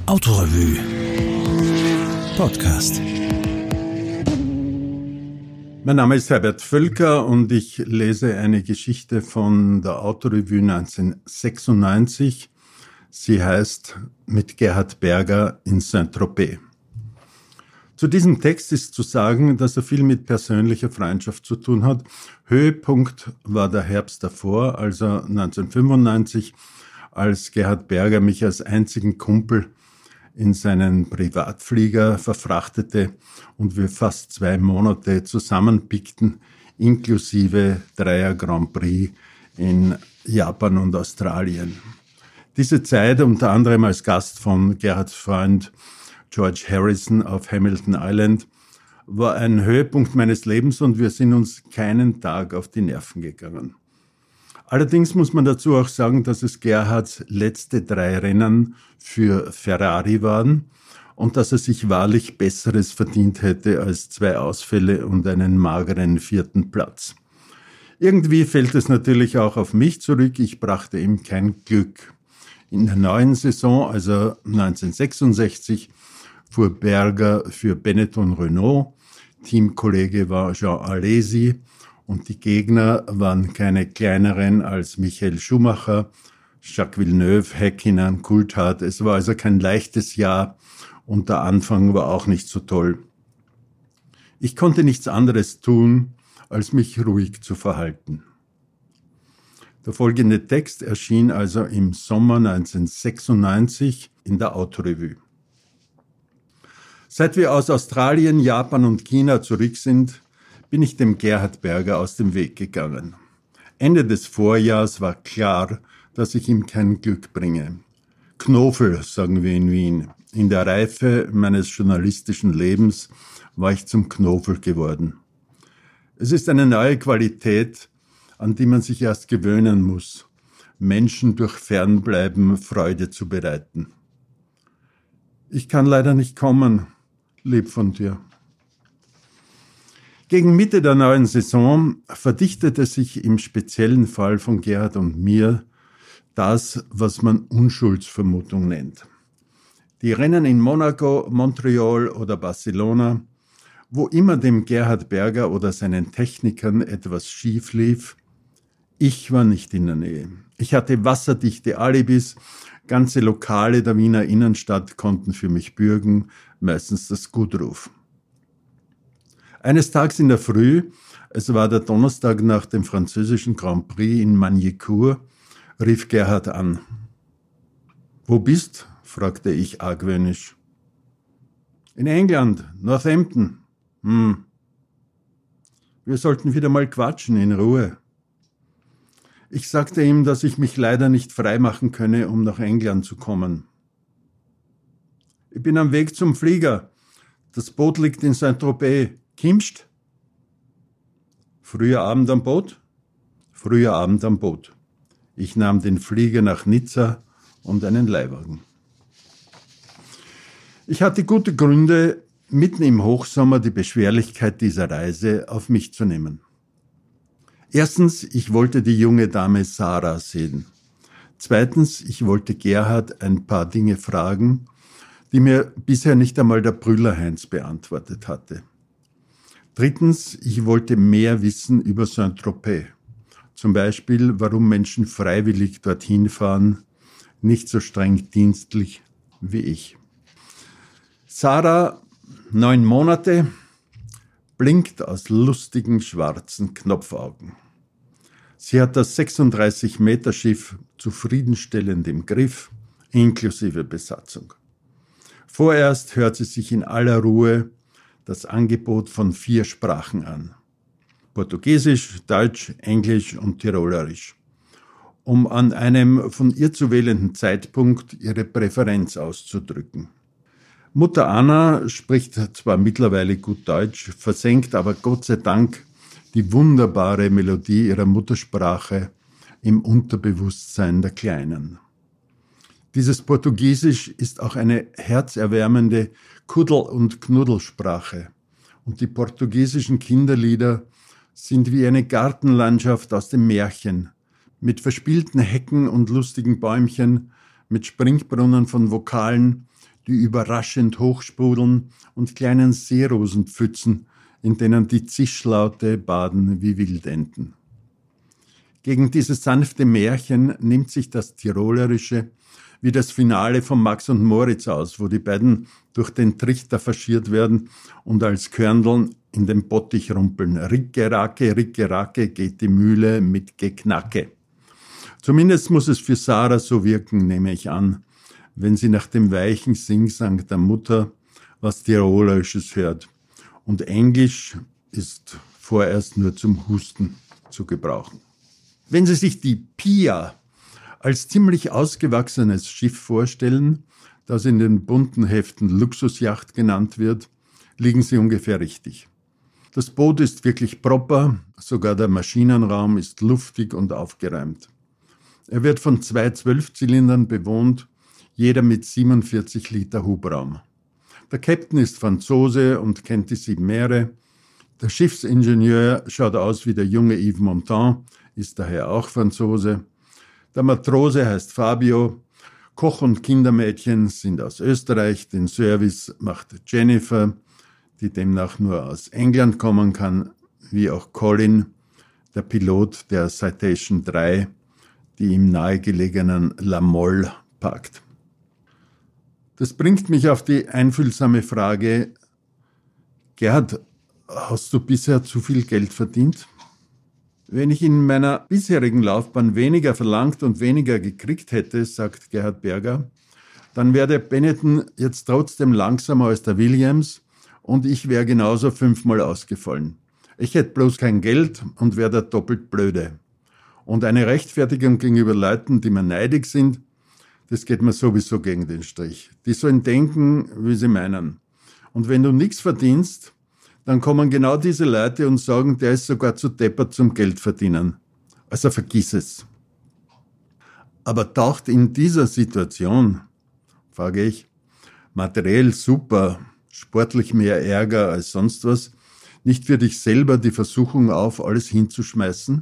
Autorevue Podcast. Mein Name ist Herbert Völker und ich lese eine Geschichte von der Autorevue 1996. Sie heißt Mit Gerhard Berger in Saint-Tropez. Zu diesem Text ist zu sagen, dass er viel mit persönlicher Freundschaft zu tun hat. Höhepunkt war der Herbst davor, also 1995, als Gerhard Berger mich als einzigen Kumpel in seinen Privatflieger verfrachtete und wir fast 2 Monate zusammenpickten, inklusive 3er Grand Prix in Japan und Australien. Diese Zeit, unter anderem als Gast von Gerhards Freund George Harrison auf Hamilton Island, war ein Höhepunkt meines Lebens und wir sind uns keinen Tag auf die Nerven gegangen. Allerdings muss man dazu auch sagen, dass es Gerhards letzte 3 Rennen für Ferrari waren und dass er sich wahrlich Besseres verdient hätte als 2 Ausfälle und einen mageren 4. Platz. Irgendwie fällt es natürlich auch auf mich zurück, ich brachte ihm kein Glück. In der neuen Saison, also 1966, fuhr Berger für Benetton Renault, Teamkollege war Jean Alesi, und die Gegner waren keine kleineren als Michael Schumacher, Jacques Villeneuve, Häkkinen, Coulthard. Es war also kein leichtes Jahr und der Anfang war auch nicht so toll. Ich konnte nichts anderes tun, als mich ruhig zu verhalten. Der folgende Text erschien also im Sommer 1996 in der Autorevue. Seit wir aus Australien, Japan und China zurück sind, bin ich dem Gerhard Berger aus dem Weg gegangen. Ende des Vorjahrs war klar, dass ich ihm kein Glück bringe. Knofel, sagen wir in Wien. In der Reife meines journalistischen Lebens war ich zum Knofel geworden. Es ist eine neue Qualität, an die man sich erst gewöhnen muss, Menschen durch Fernbleiben Freude zu bereiten. Ich kann leider nicht kommen, lieb von dir. Gegen Mitte der neuen Saison verdichtete sich im speziellen Fall von Gerhard und mir das, was man Unschuldsvermutung nennt. Die Rennen in Monaco, Montreal oder Barcelona, wo immer dem Gerhard Berger oder seinen Technikern etwas schief lief, ich war nicht in der Nähe. Ich hatte wasserdichte Alibis, ganze Lokale der Wiener Innenstadt konnten für mich bürgen, meistens das Gutruf. Eines Tages in der Früh, es war der Donnerstag nach dem französischen Grand Prix in Magny-Cours, rief Gerhard an. »Wo bist?« fragte ich argwöhnisch. »In England, Northampton.« Wir sollten wieder mal quatschen, in Ruhe. Ich sagte ihm, dass ich mich leider nicht freimachen könne, um nach England zu kommen. »Ich bin am Weg zum Flieger. Das Boot liegt in Saint-Tropez. Kimmst? Früher Abend am Boot? Früher Abend am Boot. Ich nahm den Flieger nach Nizza und einen Leihwagen. Ich hatte gute Gründe, mitten im Hochsommer die Beschwerlichkeit dieser Reise auf mich zu nehmen. Erstens, ich wollte die junge Dame Sarah sehen. Zweitens, ich wollte Gerhard ein paar Dinge fragen, die mir bisher nicht einmal der Brüllerheinz beantwortet hatte. Drittens, ich wollte mehr wissen über Saint-Tropez. Zum Beispiel, warum Menschen freiwillig dorthin fahren, nicht so streng dienstlich wie ich. Sarah, 9 Monate, blinkt aus lustigen schwarzen Knopfaugen. Sie hat das 36-Meter-Schiff zufriedenstellend im Griff, inklusive Besatzung. Vorerst hört sie sich in aller Ruhe das Angebot von 4 Sprachen an. Portugiesisch, Deutsch, Englisch und Tirolerisch. Um an einem von ihr zu wählenden Zeitpunkt ihre Präferenz auszudrücken. Mutter Anna spricht zwar mittlerweile gut Deutsch, versenkt aber Gott sei Dank die wunderbare Melodie ihrer Muttersprache im Unterbewusstsein der Kleinen. Dieses Portugiesisch ist auch eine herzerwärmende Kuddel- und Knuddelsprache. Und die portugiesischen Kinderlieder sind wie eine Gartenlandschaft aus dem Märchen, mit verspielten Hecken und lustigen Bäumchen, mit Springbrunnen von Vokalen, die überraschend hochsprudeln und kleinen Seerosenpfützen, in denen die Zischlaute baden wie Wildenten. Gegen dieses sanfte Märchen nimmt sich das Tirolerische wie das Finale von Max und Moritz aus, wo die beiden durch den Trichter faschiert werden und als Körndeln in den Bottich rumpeln. Ricke, racke, geht die Mühle mit Geknacke. Zumindest muss es für Sarah so wirken, nehme ich an, wenn sie nach dem weichen Singsang der Mutter was Tirolerisches hört. Und Englisch ist vorerst nur zum Husten zu gebrauchen. Wenn Sie sich die Pia als ziemlich ausgewachsenes Schiff vorstellen, das in den bunten Heften Luxusjacht genannt wird, liegen Sie ungefähr richtig. Das Boot ist wirklich proper, sogar der Maschinenraum ist luftig und aufgeräumt. Er wird von 2 Zwölfzylindern bewohnt, jeder mit 47 Liter Hubraum. Der Captain ist Franzose und kennt die 7 Meere. Der Schiffsingenieur schaut aus wie der junge Yves Montand, ist daher auch Franzose. Der Matrose heißt Fabio. Koch und Kindermädchen sind aus Österreich. Den Service macht Jennifer, die demnach nur aus England kommen kann, wie auch Colin, der Pilot der Citation 3, die im nahegelegenen La Molle parkt. Das bringt mich auf die einfühlsame Frage: Gerhard, hast du bisher zu viel Geld verdient? Wenn ich in meiner bisherigen Laufbahn weniger verlangt und weniger gekriegt hätte, sagt Gerhard Berger, dann wäre der Benetton jetzt trotzdem langsamer als der Williams und ich wäre genauso 5-mal ausgefallen. Ich hätte bloß kein Geld und wäre da doppelt blöde. Und eine Rechtfertigung gegenüber Leuten, die mir neidig sind, das geht mir sowieso gegen den Strich. Die sollen denken, wie sie meinen. Und wenn du nichts verdienst, dann kommen genau diese Leute und sagen, der ist sogar zu deppert zum Geld verdienen. Also vergiss es. Aber taucht in dieser Situation, frage ich, materiell super, sportlich mehr Ärger als sonst was, nicht für dich selber die Versuchung auf, alles hinzuschmeißen?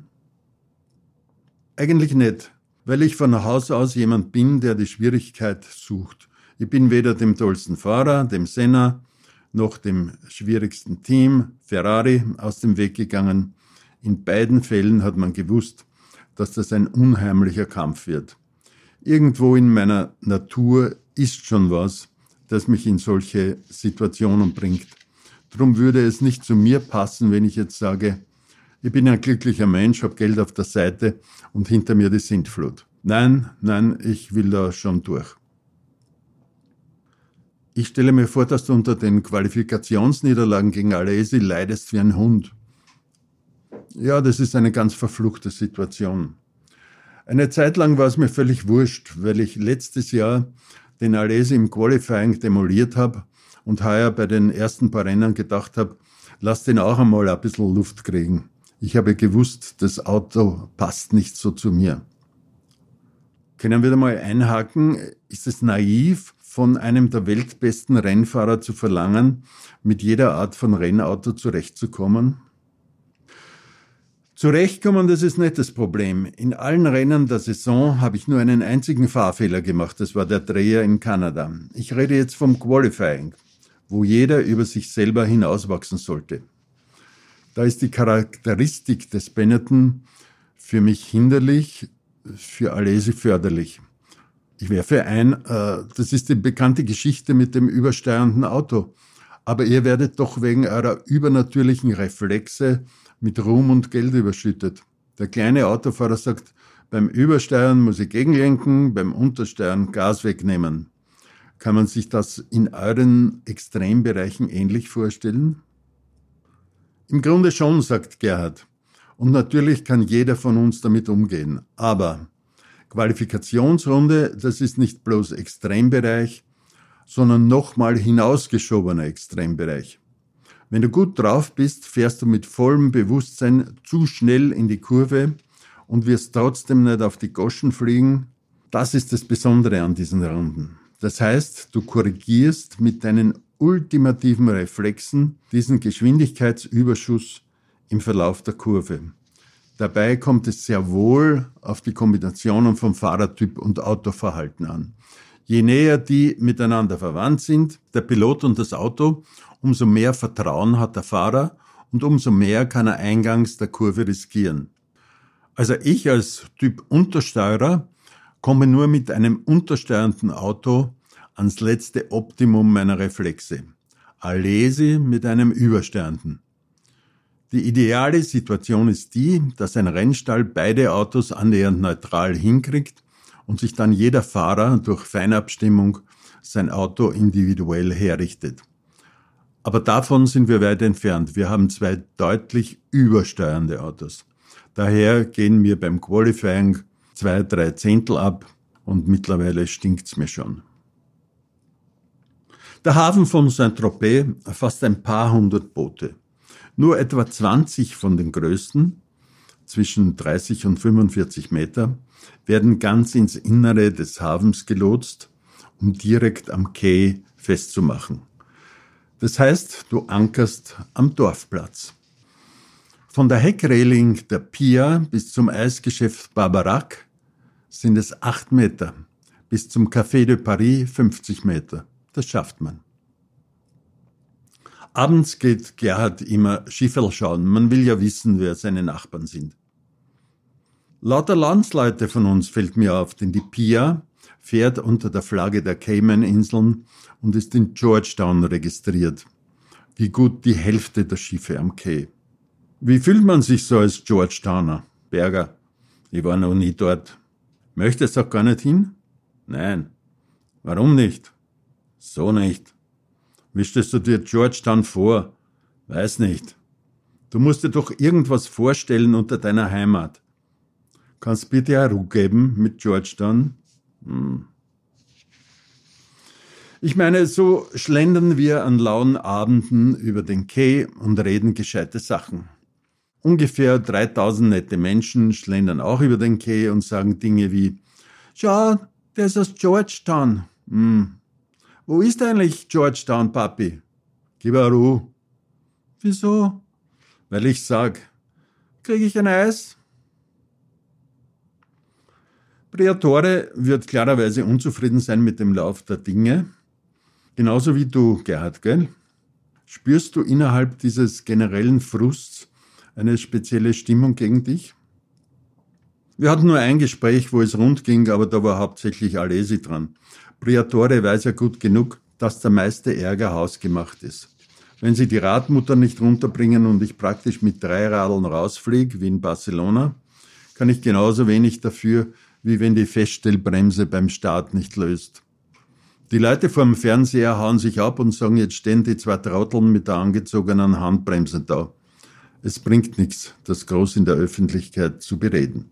Eigentlich nicht, weil ich von Haus aus jemand bin, der die Schwierigkeit sucht. Ich bin weder dem tollsten Fahrer, dem Senna, noch dem schwierigsten Team, Ferrari, aus dem Weg gegangen. In beiden Fällen hat man gewusst, dass das ein unheimlicher Kampf wird. Irgendwo in meiner Natur ist schon was, das mich in solche Situationen bringt. Drum würde es nicht zu mir passen, wenn ich jetzt sage, ich bin ein glücklicher Mensch, habe Geld auf der Seite und hinter mir die Sintflut. Nein, ich will da schon durch. Ich stelle mir vor, dass du unter den Qualifikationsniederlagen gegen Alesi leidest wie ein Hund. Ja, das ist eine ganz verfluchte Situation. Eine Zeit lang war es mir völlig wurscht, weil ich letztes Jahr den Alesi im Qualifying demoliert habe und heuer bei den ersten paar Rennen gedacht habe, lass den auch einmal ein bisschen Luft kriegen. Ich habe gewusst, das Auto passt nicht so zu mir. Können wir da mal einhaken? Ist es naiv, von einem der weltbesten Rennfahrer zu verlangen, mit jeder Art von Rennauto zurechtzukommen? Zurechtkommen, das ist nicht das Problem. In allen Rennen der Saison habe ich nur einen einzigen Fahrfehler gemacht, das war der Dreher in Kanada. Ich rede jetzt vom Qualifying, wo jeder über sich selber hinauswachsen sollte. Da ist die Charakteristik des Benetton für mich hinderlich, für Alesi förderlich. Ich werfe ein, das ist die bekannte Geschichte mit dem übersteuernden Auto. Aber ihr werdet doch wegen eurer übernatürlichen Reflexe mit Ruhm und Geld überschüttet. Der kleine Autofahrer sagt, beim Übersteuern muss ich gegenlenken, beim Untersteuern Gas wegnehmen. Kann man sich das in euren Extrembereichen ähnlich vorstellen? Im Grunde schon, sagt Gerhard. Und natürlich kann jeder von uns damit umgehen. Aber Qualifikationsrunde, das ist nicht bloß Extrembereich, sondern nochmal hinausgeschobener Extrembereich. Wenn du gut drauf bist, fährst du mit vollem Bewusstsein zu schnell in die Kurve und wirst trotzdem nicht auf die Goschen fliegen. Das ist das Besondere an diesen Runden. Das heißt, du korrigierst mit deinen ultimativen Reflexen diesen Geschwindigkeitsüberschuss im Verlauf der Kurve. Dabei kommt es sehr wohl auf die Kombinationen von Fahrertyp und Autoverhalten an. Je näher die miteinander verwandt sind, der Pilot und das Auto, umso mehr Vertrauen hat der Fahrer und umso mehr kann er eingangs der Kurve riskieren. Also ich als Typ Untersteuerer komme nur mit einem untersteuernden Auto ans letzte Optimum meiner Reflexe. Alesi mit einem übersteuernden. Die ideale Situation ist die, dass ein Rennstall beide Autos annähernd neutral hinkriegt und sich dann jeder Fahrer durch Feinabstimmung sein Auto individuell herrichtet. Aber davon sind wir weit entfernt. Wir haben zwei deutlich übersteuernde Autos. Daher gehen mir beim Qualifying 2-3 Zehntel ab und mittlerweile stinkt's mir schon. Der Hafen von Saint-Tropez fasst ein paar hundert Boote. Nur etwa 20 von den größten, zwischen 30 und 45 Meter, werden ganz ins Innere des Hafens gelotst, um direkt am Quai festzumachen. Das heißt, du ankerst am Dorfplatz. Von der Heckreling der Pia bis zum Eisgeschäft Barbarac sind es 8 Meter, bis zum Café de Paris 50 Meter. Das schafft man. Abends geht Gerhard immer Schifferl schauen. Man will ja wissen, wer seine Nachbarn sind. Lauter Landsleute von uns fällt mir auf, denn die Pia fährt unter der Flagge der Cayman-Inseln und ist in Georgetown registriert. Wie gut die Hälfte der Schiffe am Quai. Wie fühlt man sich so als Georgetowner? Berger, ich war noch nie dort. Möchtest du auch gar nicht hin? Nein. Warum nicht? So nicht. Wie stellst du dir Georgetown vor? Weiß nicht. Du musst dir doch irgendwas vorstellen unter deiner Heimat. Kannst bitte eine Ruhe geben mit Georgetown? Ich meine, so schlendern wir an lauen Abenden über den Quai und reden gescheite Sachen. Ungefähr 3000 nette Menschen schlendern auch über den Quai und sagen Dinge wie: Schau, der ist aus Georgetown. Wo ist eigentlich Georgetown, Papi? Gib eine Ruhe. Wieso? Weil ich sag, kriege ich ein Eis? Briatore wird klarerweise unzufrieden sein mit dem Lauf der Dinge. Genauso wie du, Gerhard, gell? Spürst du innerhalb dieses generellen Frusts eine spezielle Stimmung gegen dich? Wir hatten nur ein Gespräch, wo es rund ging, aber da war hauptsächlich Alesi dran. Briatore weiß ja gut genug, dass der meiste Ärger hausgemacht ist. Wenn sie die Radmutter nicht runterbringen und ich praktisch mit 3 Radeln rausfliege, wie in Barcelona, kann ich genauso wenig dafür, wie wenn die Feststellbremse beim Start nicht löst. Die Leute vorm Fernseher hauen sich ab und sagen, jetzt stehen die 2 Trotteln mit der angezogenen Handbremse da. Es bringt nichts, das groß in der Öffentlichkeit zu bereden.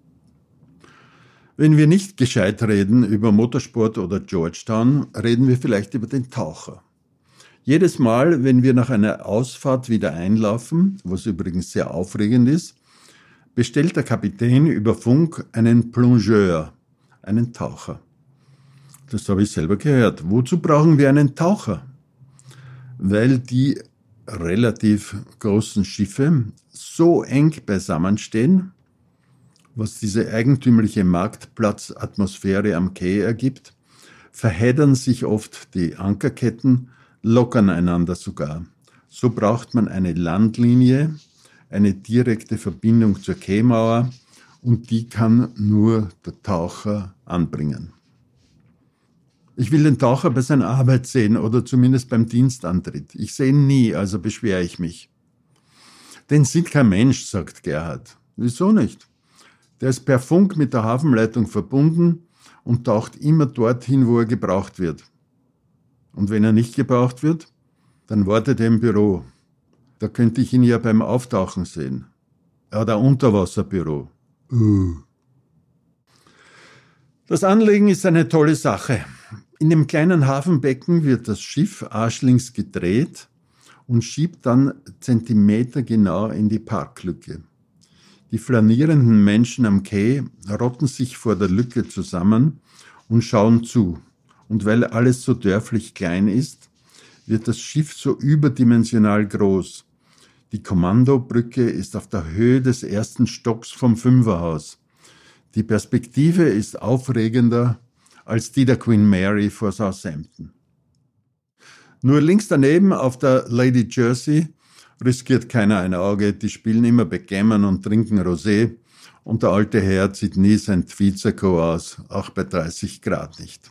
Wenn wir nicht gescheit reden über Motorsport oder Georgetown, reden wir vielleicht über den Taucher. Jedes Mal, wenn wir nach einer Ausfahrt wieder einlaufen, was übrigens sehr aufregend ist, bestellt der Kapitän über Funk einen Plongeur, einen Taucher. Das habe ich selber gehört. Wozu brauchen wir einen Taucher? Weil die relativ großen Schiffe so eng beisammen stehen, was diese eigentümliche Marktplatzatmosphäre am Quai ergibt, verheddern sich oft die Ankerketten, lockern einander sogar. So braucht man eine Landlinie, eine direkte Verbindung zur Quaimauer und die kann nur der Taucher anbringen. Ich will den Taucher bei seiner Arbeit sehen oder zumindest beim Dienstantritt. Ich sehe ihn nie, also beschwere ich mich. Den sieht kein Mensch, sagt Gerhard. Wieso nicht? Der ist per Funk mit der Hafenleitung verbunden und taucht immer dorthin, wo er gebraucht wird. Und wenn er nicht gebraucht wird, dann wartet er im Büro. Da könnte ich ihn ja beim Auftauchen sehen. Er hat ein Unterwasserbüro. Das Anlegen ist eine tolle Sache. In dem kleinen Hafenbecken wird das Schiff arschlings gedreht und schiebt dann zentimetergenau in die Parklücke. Die flanierenden Menschen am Quai rotten sich vor der Lücke zusammen und schauen zu. Und weil alles so dörflich klein ist, wird das Schiff so überdimensional groß. Die Kommandobrücke ist auf der Höhe des 1. Stocks vom Fünferhaus. Die Perspektive ist aufregender als die der Queen Mary vor Southampton. Nur links daneben auf der Lady Jersey riskiert keiner ein Auge, die spielen immer Backgammon und trinken Rosé und der alte Herr zieht nie sein Tweed-Sakko aus, auch bei 30 Grad nicht.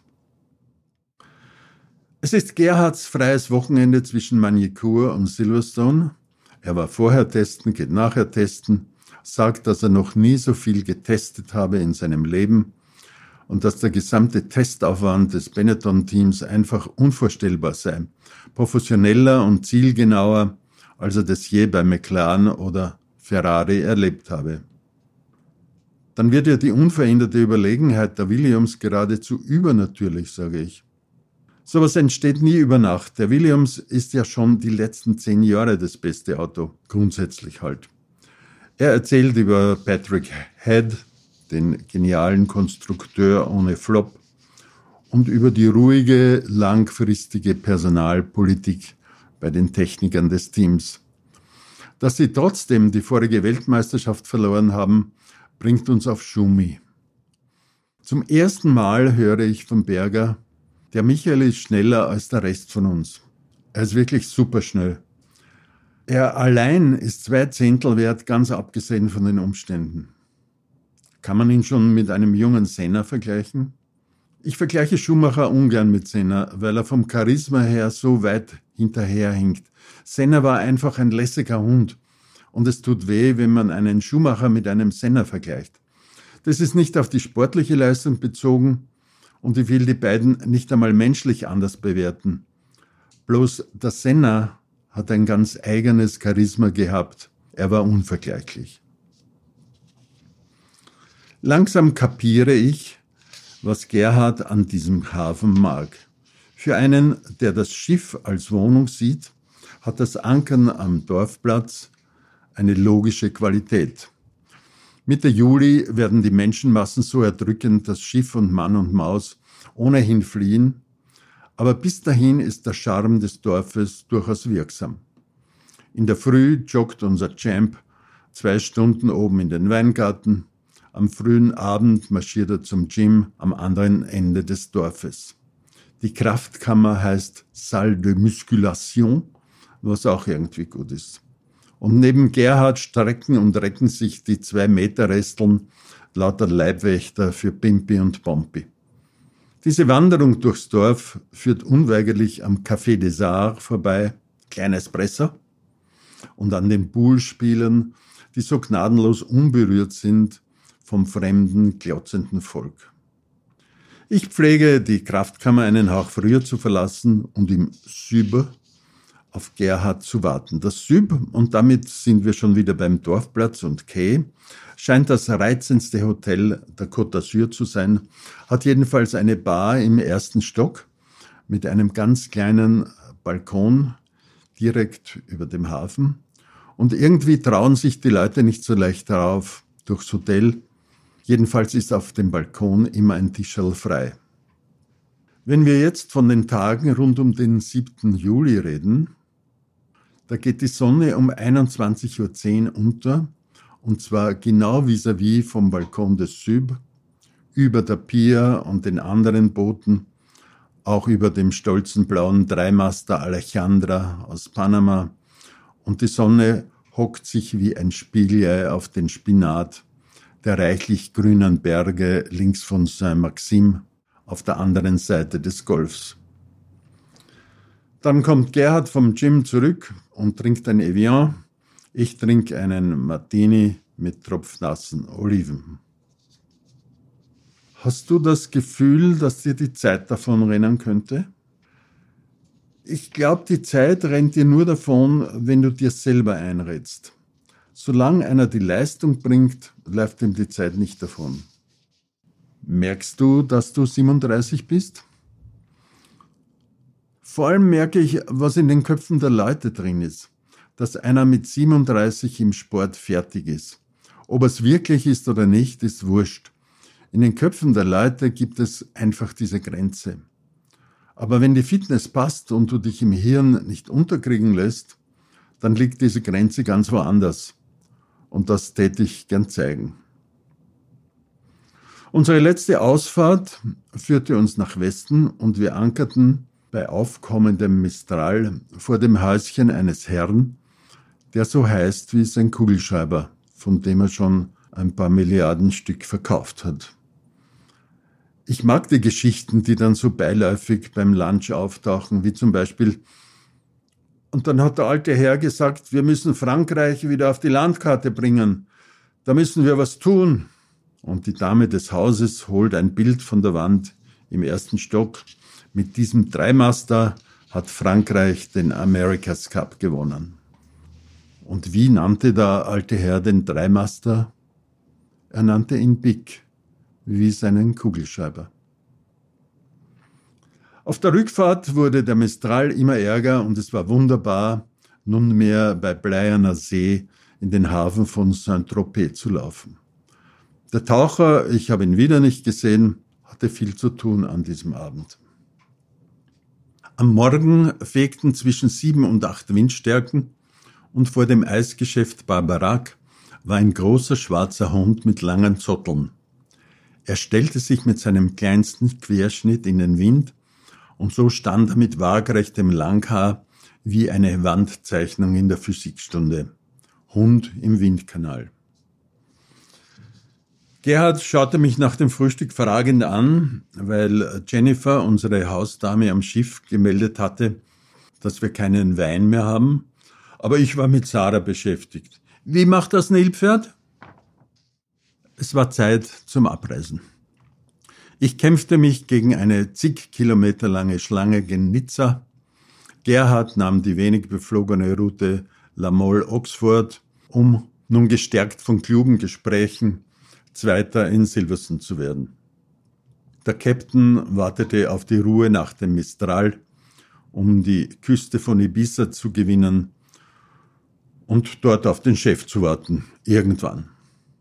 Es ist Gerhards freies Wochenende zwischen Magny-Cours und Silverstone. Er war vorher testen, geht nachher testen, sagt, dass er noch nie so viel getestet habe in seinem Leben und dass der gesamte Testaufwand des Benetton-Teams einfach unvorstellbar sei, professioneller und zielgenauer, als er das je bei McLaren oder Ferrari erlebt habe. Dann wird ja die unveränderte Überlegenheit der Williams geradezu übernatürlich, sage ich. Sowas entsteht nie über Nacht. Der Williams ist ja schon die letzten 10 Jahre das beste Auto, grundsätzlich halt. Er erzählt über Patrick Head, den genialen Konstrukteur ohne Flop, und über die ruhige, langfristige Personalpolitik bei den Technikern des Teams. Dass sie trotzdem die vorige Weltmeisterschaft verloren haben, bringt uns auf Schumi. Zum ersten Mal höre ich von Berger, der Michael ist schneller als der Rest von uns. Er ist wirklich superschnell. Er allein ist 2 Zehntel wert, ganz abgesehen von den Umständen. Kann man ihn schon mit einem jungen Senna vergleichen? Ich vergleiche Schumacher ungern mit Senna, weil er vom Charisma her so weit hinterherhinkt. Senna war einfach ein lässiger Hund. Und es tut weh, wenn man einen Schumacher mit einem Senna vergleicht. Das ist nicht auf die sportliche Leistung bezogen und ich will die beiden nicht einmal menschlich anders bewerten. Bloß der Senna hat ein ganz eigenes Charisma gehabt. Er war unvergleichlich. Langsam kapiere ich, was Gerhard an diesem Hafen mag. Für einen, der das Schiff als Wohnung sieht, hat das Ankern am Dorfplatz eine logische Qualität. Mitte Juli werden die Menschenmassen so erdrückend, dass Schiff und Mann und Maus ohnehin fliehen, aber bis dahin ist der Charme des Dorfes durchaus wirksam. In der Früh joggt unser Champ 2 Stunden oben in den Weingarten, am frühen Abend marschiert er zum Gym am anderen Ende des Dorfes. Die Kraftkammer heißt Salle de Musculation, was auch irgendwie gut ist. Und neben Gerhard strecken und recken sich die 2-Meter-Resteln lauter Leibwächter für Pimpi und Pompi. Diese Wanderung durchs Dorf führt unweigerlich am Café des Arts vorbei, klein Espresso, und an den Poolspielern, die so gnadenlos unberührt sind vom fremden, glotzenden Volk. Ich pflege, die Kraftkammer einen Hauch früher zu verlassen und im Süber auf Gerhard zu warten. Das Süb, und damit sind wir schon wieder beim Dorfplatz und Quai, scheint das reizendste Hotel der Côte d'Azur zu sein, hat jedenfalls eine Bar im 1. Stock mit einem ganz kleinen Balkon direkt über dem Hafen. Und irgendwie trauen sich die Leute nicht so leicht darauf durchs Hotel. Jedenfalls ist auf dem Balkon immer ein Tischerl frei. Wenn wir jetzt von den Tagen rund um den 7. Juli reden, da geht die Sonne um 21:10 Uhr unter, und zwar genau vis-à-vis vom Balkon des Süb, über der Pia und den anderen Booten, auch über dem stolzen blauen Dreimaster Alejandra aus Panama, und die Sonne hockt sich wie ein Spiegelei auf den Spinat der reichlich grünen Berge links von Saint-Maxime auf der anderen Seite des Golfs. Dann kommt Gerhard vom Gym zurück und trinkt ein Evian. Ich trinke einen Martini mit tropfnassen Oliven. Hast du das Gefühl, dass dir die Zeit davonrennen könnte? Ich glaube, die Zeit rennt dir nur davon, wenn du dir selber einrätst. Solange einer die Leistung bringt, läuft ihm die Zeit nicht davon. Merkst du, dass du 37 bist? Vor allem merke ich, was in den Köpfen der Leute drin ist. Dass einer mit 37 im Sport fertig ist. Ob es wirklich ist oder nicht, ist wurscht. In den Köpfen der Leute gibt es einfach diese Grenze. Aber wenn die Fitness passt und du dich im Hirn nicht unterkriegen lässt, dann liegt diese Grenze ganz woanders. Und das täte ich gern zeigen. Unsere letzte Ausfahrt führte uns nach Westen und wir ankerten bei aufkommendem Mistral vor dem Häuschen eines Herrn, der so heißt wie sein Kugelschreiber, von dem er schon ein paar Milliarden Stück verkauft hat. Ich mag die Geschichten, die dann so beiläufig beim Lunch auftauchen, wie zum Beispiel: Und dann hat der alte Herr gesagt, wir müssen Frankreich wieder auf die Landkarte bringen. Da müssen wir was tun. Und die Dame des Hauses holt ein Bild von der Wand im ersten Stock. Mit diesem Dreimaster hat Frankreich den America's Cup gewonnen. Und wie nannte der alte Herr den Dreimaster? Er nannte ihn Big, wie seinen Kugelschreiber. Auf der Rückfahrt wurde der Mistral immer ärger und es war wunderbar, nunmehr bei bleierner See in den Hafen von Saint-Tropez zu laufen. Der Taucher, ich habe ihn wieder nicht gesehen, hatte viel zu tun an diesem Abend. Am Morgen fegten zwischen 7 und 8 Windstärken und vor dem Eisgeschäft Barbarac war ein großer schwarzer Hund mit langen Zotteln. Er stellte sich mit seinem kleinsten Querschnitt in den Wind und so stand er mit waagerechtem Langhaar wie eine Wandzeichnung in der Physikstunde. Hund im Windkanal. Gerhard schaute mich nach dem Frühstück fragend an, weil Jennifer, unsere Hausdame am Schiff, gemeldet hatte, dass wir keinen Wein mehr haben. Aber ich war mit Sarah beschäftigt. Wie macht das Nilpferd? Es war Zeit zum Abreisen. Ich kämpfte mich gegen eine zig Kilometer lange Schlange gen Nizza. Gerhard nahm die wenig beflogene Route La Mole-Oxford, um nun gestärkt von klugen Gesprächen Zweiter in Silverstone zu werden. Der Captain wartete auf die Ruhe nach dem Mistral, um die Küste von Ibiza zu gewinnen und dort auf den Chef zu warten, irgendwann.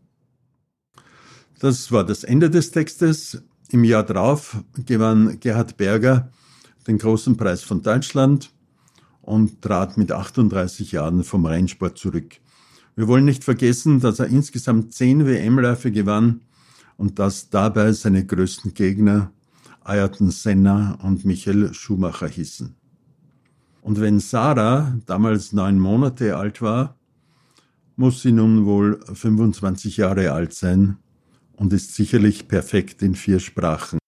Das war das Ende des Textes. Im Jahr darauf gewann Gerhard Berger den Großen Preis von Deutschland und trat mit 38 Jahren vom Rennsport zurück. Wir wollen nicht vergessen, dass er insgesamt 10 WM-Läufe gewann und dass dabei seine größten Gegner Ayrton Senna und Michael Schumacher hießen. Und wenn Sarah damals 9 Monate alt war, muss sie nun wohl 25 Jahre alt sein und ist sicherlich perfekt in 4 Sprachen.